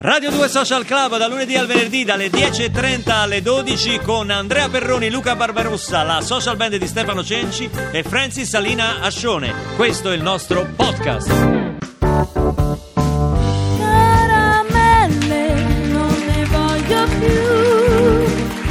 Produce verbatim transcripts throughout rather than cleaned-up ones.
Radio due Social Club da lunedì al venerdì dalle dieci e trenta alle dodici con Andrea Perroni, Luca Barbarossa, la social band di Stefano Cenci e Francis Salina Ascione. Questo è il nostro podcast. Caramelle, non ne voglio più.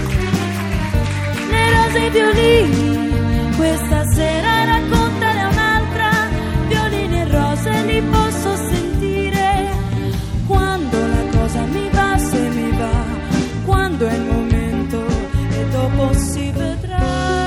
Le rose e i violini, questa sera raccontane a un'altra. Violini e rose li posso sentire quando la cosa mi va, se mi va, quando è il momento e dopo si vedrà.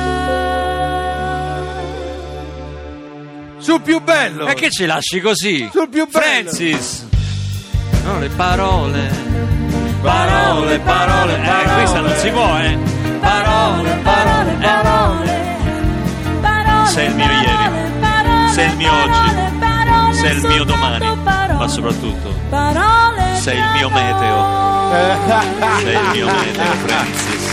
Sul più bello! E che ci lasci così? Sul più bello! Francis! No, le parole. Parole, parole, Eh, parole. questa non si può, eh. Parole, parole, parole, parole. Sei il mio ieri. Parole, parole, Sei il mio oggi. parole, parole, Sei il mio soltanto domani. parole. Ma soprattutto Parole sei il mio meteo. Sei il mio meteo, Francis.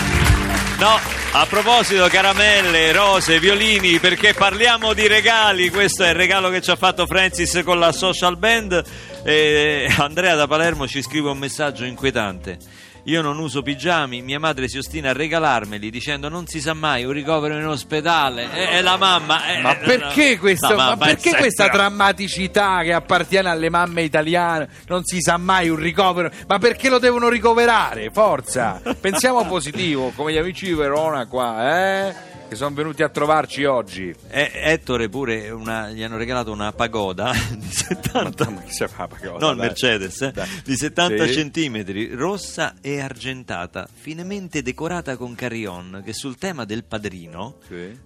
No, a proposito, caramelle, rose, violini, perché parliamo di regali. Questo è il regalo che ci ha fatto Francis con la social band. E Andrea da Palermo ci scrive un messaggio inquietante. Io non uso pigiami, mia madre si ostina a regalarmeli dicendo non si sa mai, un ricovero in ospedale. E, e la mamma... E, Ma perché, questo, la ma mamma perché è questa sempre- drammaticità che appartiene alle mamme italiane? Non si sa mai un ricovero. Ma perché lo devono ricoverare? Forza! Pensiamo positivo, come gli amici di Verona qua, eh? Che sono venuti a trovarci oggi. E Ettore pure una, gli hanno regalato una pagoda di settanta Ma che si fa, pagoda, no, il dai. Mercedes eh, Dai. di settanta Sì. centimetri, rossa e argentata, finemente decorata con carillon, che sul tema del padrino, Sì.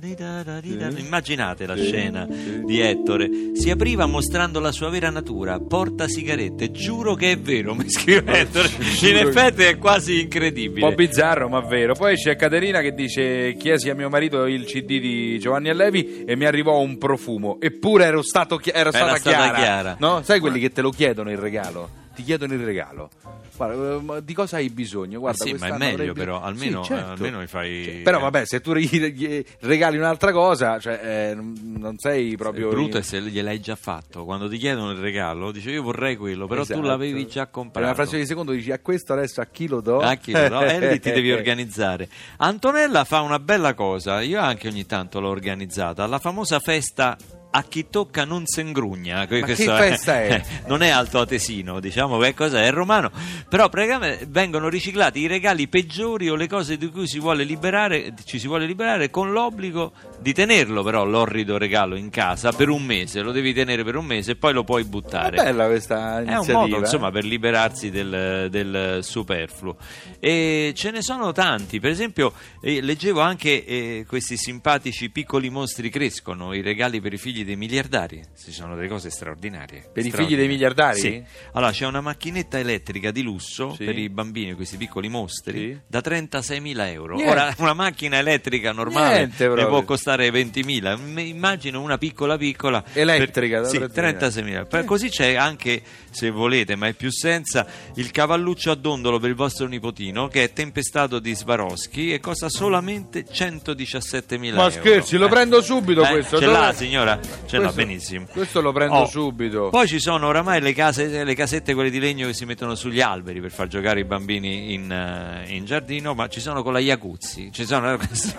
Sì. immaginate la Sì. scena Sì. di Ettore, si apriva mostrando la sua vera natura, porta sigarette, giuro che è vero, mi scrive Ettore, in Giuro. effetti è quasi Un incredibile. po' bizzarro, ma vero. Poi c'è Caterina che dice: chiesi a mio marito il C D di Giovanni Allevi e mi arrivò un profumo. Eppure ero stato chi- ero stata, stata chiara. chiara. No? Sai quelli che te lo chiedono il regalo? Ti chiedono il regalo. Guarda, eh, ma di cosa hai bisogno? Guarda, sì, ma è quest'anno meglio avrei però, bisogno- almeno, Sì, certo. eh, almeno mi fai... Cioè, però vabbè, se tu gli- gli regali un'altra cosa, cioè, eh, non non sei proprio... Il brutto è se gliel'hai già fatto. Quando ti chiedono il regalo, dice io vorrei quello, però Esatto. tu l'avevi già Per comprato. una frazione di secondo dici: a questo adesso a chi lo do? A chi lo do? E lì ti devi organizzare. Antonella fa una bella cosa, io anche ogni tanto l'ho organizzata, la famosa festa a chi tocca non se ingrugna. che festa è? Non è Alto Atesino, diciamo, che cosa è? È romano, però praticamente vengono riciclati i regali peggiori o le cose di cui si vuole liberare, ci si vuole liberare, con l'obbligo di tenerlo però l'orrido regalo in casa per un mese, lo devi tenere per un mese e poi lo puoi buttare. È bella questa È un iniziativa. modo, insomma, eh? per liberarsi del, del superfluo. E ce ne sono tanti. Per esempio, eh, leggevo anche eh, questi simpatici piccoli mostri crescono, i regali per i figli dei miliardari. Ci sono delle cose straordinarie. Per i straordinarie. figli dei miliardari? Sì. Allora, c'è una macchinetta elettrica di lusso Sì. per i bambini, questi piccoli mostri, Sì. da trentaseimila euro. Niente. Ora, una macchina elettrica normale Niente, ne proprio. può costare ventimila. M- Immagino una piccola piccola Elettrica, per, da sì, trentamila. trentaseimila. Poi così c'è anche, se volete, ma è più senza, il cavalluccio a dondolo per il vostro nipotino, che è tempestato di Swarovski e costa solamente centodiciassettemila Ma euro. scherzi, lo Eh. prendo subito Eh, questo. Ce Dove- l'ha, signora? Ce l'ha Questo- benissimo. Questo lo prendo Oh, subito. Poi ci sono oramai le, case, le casette, quelle di legno che si mettono sugli alberi per far giocare i bambini in, eh, in giardino, ma ci sono con la jacuzzi. Ci sono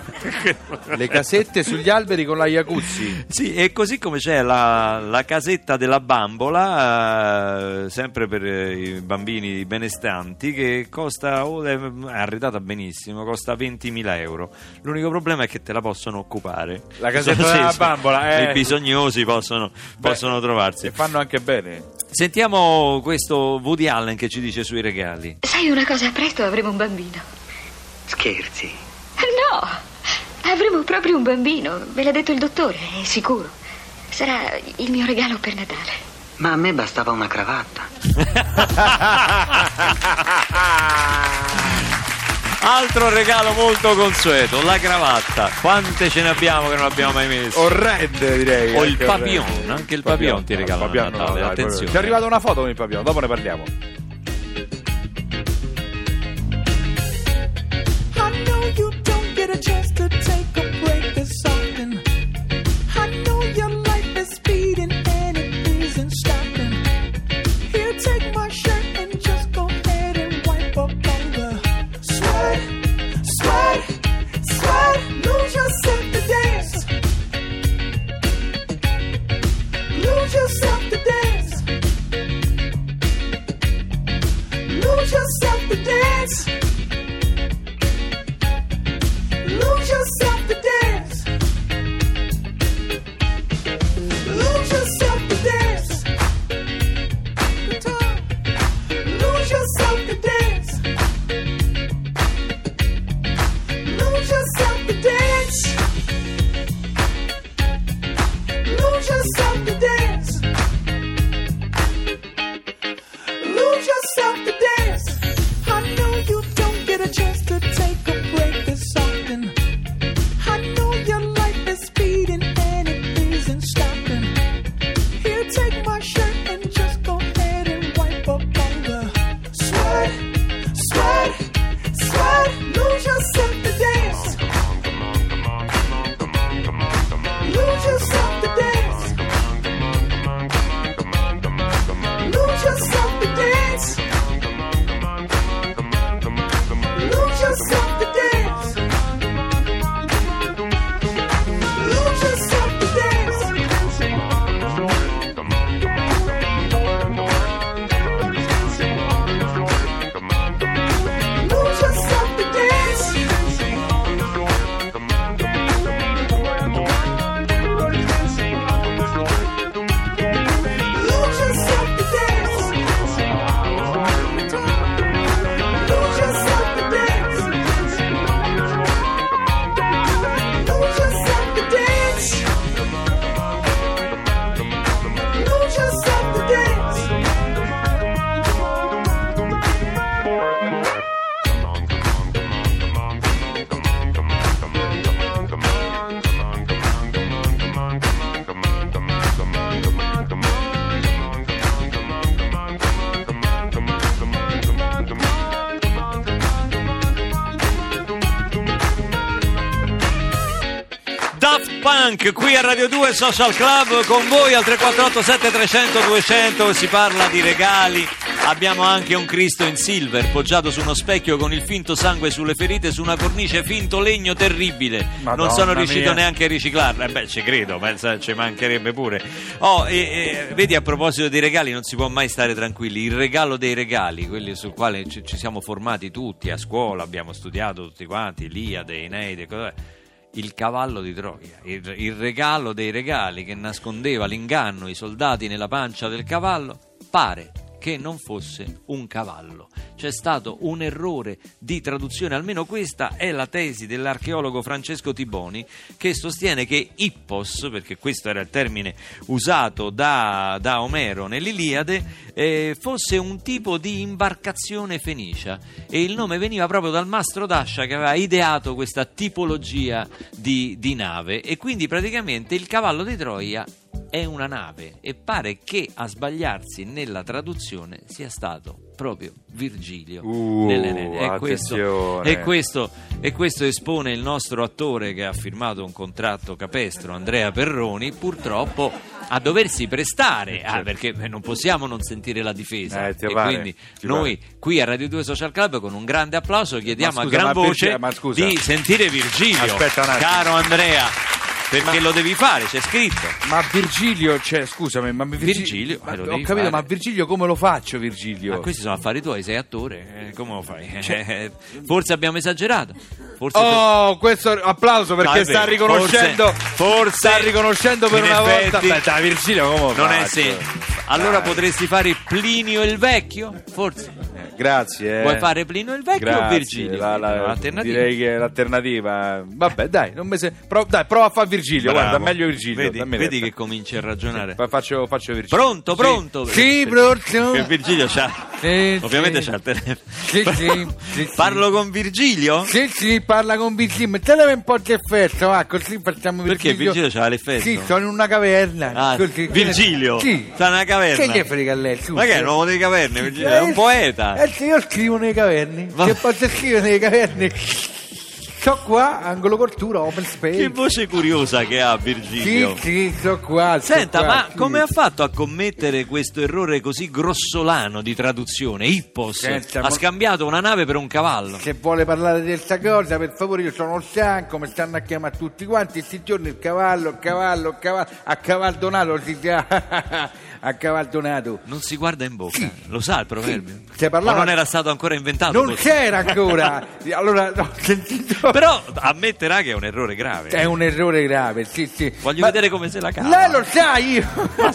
Le casette sugli alberi con la jacuzzi. Sì, e così come c'è la, la casetta della bambola, eh, sempre per eh, i bambini benestanti, che costa, oh, è arredata benissimo, costa ventimila euro. L'unico problema è che te la possono occupare. La casetta Sì, della sì, bambola, eh. i bisognosi possono, Beh, possono trovarsi. E fanno anche bene. Sentiamo questo Woody Allen che ci dice sui regali. Sai una cosa, presto avremo un bambino. Scherzi? No, avremo proprio un bambino, ve l'ha detto il dottore, è sicuro. Sarà il mio regalo per Natale. Ma a me bastava una cravatta. Altro regalo molto consueto, la cravatta. Quante ce ne abbiamo che non abbiamo mai messo? Orrende, direi. O il anche papillon, orrende. anche il papillon ti regalano a Papillon, no, Natale, dai, attenzione. proprio. Ti è arrivata una foto con il papillon, dopo ne parliamo. I know you don't get a chance to take a break this often. I know your life is speeding and it isn't stopping. Here, take my shirt Funk qui a Radio due Social Club con voi al tre quattro otto sette trecento duecento. Si parla di regali. Abbiamo anche un Cristo in silver poggiato su uno specchio con il finto sangue sulle ferite su una cornice finto legno terribile. Madonna non sono riuscito mia. neanche a riciclarla. Eh beh, ci credo, pensa, ci mancherebbe pure. Oh, e, e, vedi, a proposito dei regali non si può mai stare tranquilli. Il regalo dei regali, quelli sul quale ci, ci siamo formati tutti a scuola, abbiamo studiato tutti quanti, Iliade, Eneide, cos'è? Il cavallo di Troia, il, il regalo dei regali che nascondeva l'inganno, i soldati nella pancia del cavallo, pare che non fosse un cavallo. C'è stato un errore di traduzione, almeno questa è la tesi dell'archeologo Francesco Tiboni, che sostiene che Ippos, perché questo era il termine usato da, da Omero nell'Iliade, eh, fosse un tipo di imbarcazione fenicia, e il nome veniva proprio dal mastro d'ascia che aveva ideato questa tipologia di, di nave, e quindi praticamente il cavallo di Troia è una nave, e pare che a sbagliarsi nella traduzione sia stato proprio Virgilio Uh, nell'Eneide. E questo, attenzione. e, questo, e questo espone il nostro attore che ha firmato un contratto capestro, Andrea Perroni, purtroppo a doversi prestare, ah, perché non possiamo non sentire la difesa, Eh, ti e pare? quindi Ti noi qui a Radio due Social Club con un grande applauso chiediamo Ma a scusa, gran ma voce Virgilio- ma scusa. di sentire Virgilio. Aspetta un attimo. Caro Andrea, perché Ma- lo devi fare, c'è scritto. Ma Virgilio, cioè, scusami, ma Virgilio, Virgilio, ma- eh, lo ho devi capito, fare. ma Virgilio come lo faccio, Virgilio? Ma questi sono affari tuoi, sei attore, eh, come lo fai? Cioè- Eh, forse abbiamo esagerato. Forse Oh, questo applauso perché No, è sta vero. riconoscendo, Forse- forse sta riconoscendo per in una effetti volta. Beh, dai, Virgilio, come lo non è faccio? semplice. Allora Dai. potresti fare Plinio il Vecchio? Forse. Eh, Grazie. eh. Vuoi fare Plinio il Vecchio Grazie, o Virgilio? la- la- L'alternativa. direi che l'alternativa. Vabbè, dai, non mi se... Pro- dai, prova a fare Virgilio. Bravo. Guarda, meglio Virgilio. Vedi, dammi vedi retta. che cominci a ragionare. Fa- Faccio, faccio Virgilio. Pronto, pronto? Sì, pronto. Che Virgilio c'ha. Sì, Ovviamente sì. c'ha il telefono. Sì, sì, sì, sì. Parlo con Virgilio? Sì, sì, parla con Virgilio. Mettete un po' di effetto, va, così facciamo Virgilio. Perché Virgilio c'ha l'effetto? Sì, sono in una caverna. Ah, Così- Virgilio? Sì. Sta nella caverna? Che gli frega a lei? scusa? Ma che è un uomo delle caverne? Virgilio? È un poeta. Eh sì, io scrivo nelle caverne. Va- Che posso scrivere nelle caverne? Sto qua, angolo cultura, open space. Che voce curiosa che ha Sì, Virgilio. sì, sto qua. sto Senta, qua, ma sì. come ha fatto a commettere questo errore così grossolano di traduzione? Ippos Senta, ha ma- scambiato una nave per un cavallo. Se vuole parlare di questa cosa, per favore, io sono stanco, mi stanno a chiamare tutti quanti. Questi giorni il cavallo, il cavallo, il cavallo, a cavaldonato si chiama. A cavaldonato. Non si guarda in bocca, Sì. lo sa il proverbio? Se parlava- Ma non era stato ancora inventato? Non forse? c'era ancora. Allora, ho sentito. Però ammetterà che è un errore grave. È un errore grave, sì, sì. Voglio Ma vedere come se la cava. Lei lo sa io.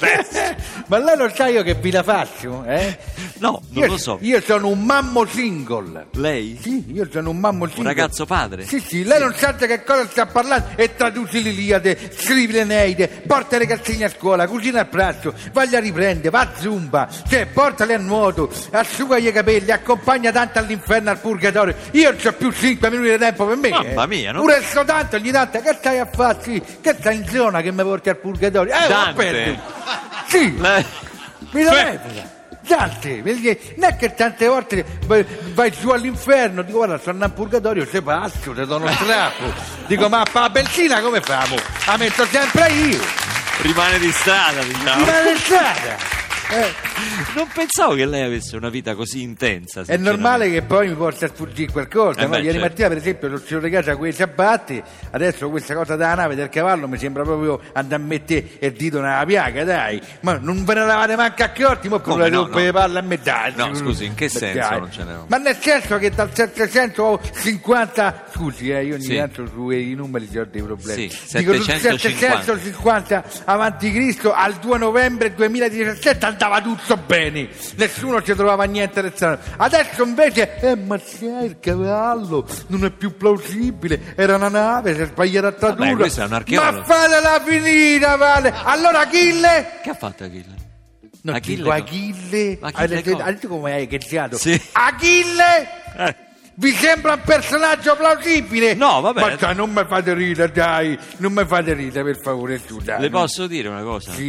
Ma lei lo sa io che vi la faccio, eh? No, non Io- lo so. Io sono un mammo single. Lei? Sì, io sono un mammo single. Un ragazzo padre? Sì, sì, lei non sa di che cosa sta parlando e traduci l'Iliade, scrivi l'Eneide, porta i ragazzini a scuola, cucina al pranzo, vai a riprendere, va a zumba, cioè portali a nuoto, asciugagli i capelli, accompagna tanto all'inferno al purgatorio. Io non ho più cinque minuti di tempo per me. Mamma eh. mia, non- Pure sto tanto ogni tanto, che stai a fare? Sì, che stai in zona che mi porti al purgatorio? Eh, Dante. va bene. Sì, Lei- mi lo reputa. Tante, perché non è che tante volte vai, vai giù all'inferno, dico guarda sono in purgatorio, se passo, ti do uno strappo, dico ma per la benzina come famo? La metto sempre io, Rimane di strada, diciamo. mi la strada. Eh, Non pensavo che lei avesse una vita così intensa. è normale che poi mi porti a sfuggire qualcosa, Eh no? beh, Ieri certo. mattina per esempio sono uscito di casa con i ciabatte, adesso questa cosa della nave del cavallo mi sembra proprio andare a mettere il dito nella piaga, dai, ma non ve ne lavate manco a occhi, ma Come pure no, rompere no. le palle a metà. No, scusi, in che senso Dai. non ce n'è uno? Ma nel senso che dal settecentocinquanta, scusi, eh, io ogni Sì. tanto sui numeri ho dei problemi. Sì, Dico, dal settecentocinquanta. settecentocinquanta avanti Cristo al due novembre duemiladiciassette andava tutto bene, nessuno ci trovava niente di strano. Adesso invece, eh, ma c'è il cavallo, non è più plausibile, era una nave, si è sbagliata a tradurre. questo è un archeologo. Ma fatela finita, vale. Allora Achille? Che ha fatto Achille? Non Achille dico co- Achille. Ma Achille Hai detto- cosa? hai detto come hai iniziato? Sì. Achille? Eh. Vi sembra un personaggio plausibile? No, vabbè. Ma dai, non mi fate ridere, dai. Non mi fate ridere, per favore, tu, dai. Le posso dire una cosa? Sì?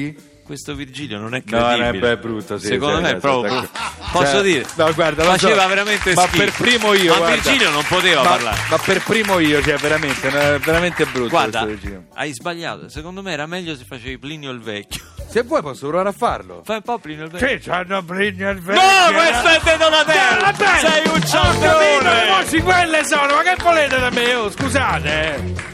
questo Virgilio non è No, no, credibile. è brutto, sì, secondo sì, me sì, è proprio sì, brutto. Posso Cioè, dire, no, guarda, lo faceva so, veramente ma schifo. per primo io, ma guarda. Virgilio non poteva ma, parlare. ma per primo io, cioè veramente, no, è veramente brutto. Guarda, questo Virgilio. hai sbagliato. Secondo me era meglio se facevi Plinio il Vecchio. Se vuoi posso provare a farlo. Fai un po' Plinio il Vecchio. Che c'hanno Plinio il Vecchio? No, questo è Detonatello! Vabbè, Sei un ho capito, cialtrone! le voci quelle sono, ma che volete da me? Oh, scusate. eh.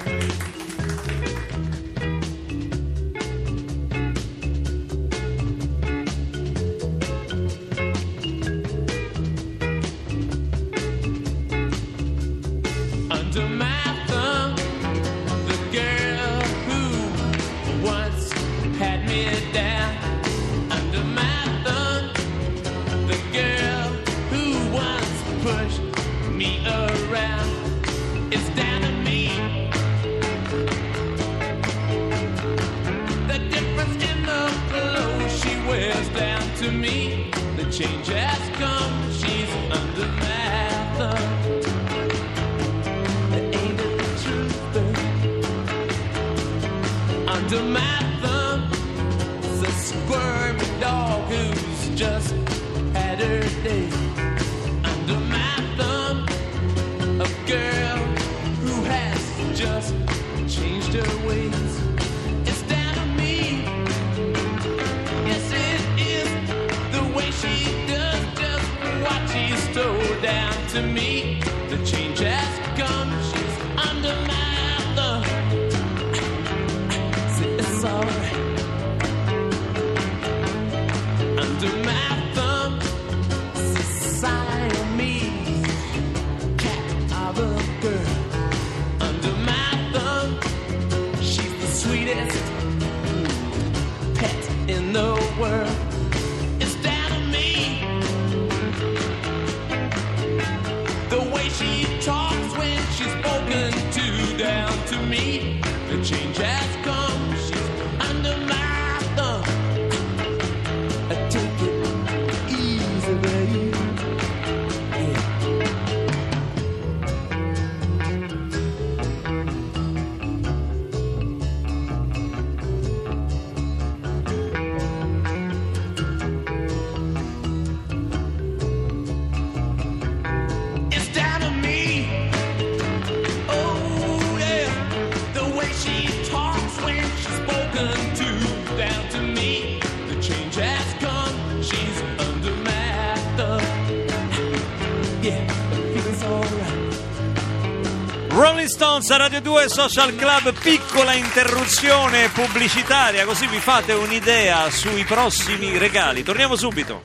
Under my thumb, the girl who once had me down. Under my thumb, the girl who once pushed me around. It's down to me. The difference in the clothes she wears down to me. The change has come. She's under my thumb. Under my thumb is a squirmy dog who's just had her day. Under my thumb, a girl who has just changed her ways. It's down to me. Yes, it is the way she does just what she's told down to me. The change has come. She's under my thumb. It's alright. Under my thumb, Siamese cat of a girl. Under my thumb, she's the sweetest pet in the world. It's down to me. The way she talks when she's spoken to down to me. The change has come. Under my thumb, I take it easy, baby. It's down to me. Oh yeah, the way she talks when she's spoken to down to me. The change has come. She's under my thumb. Yeah, it feels alright. Rolling Stones a Radio due Social Club, piccola interruzione pubblicitaria, così vi fate un'idea sui prossimi regali. Torniamo subito.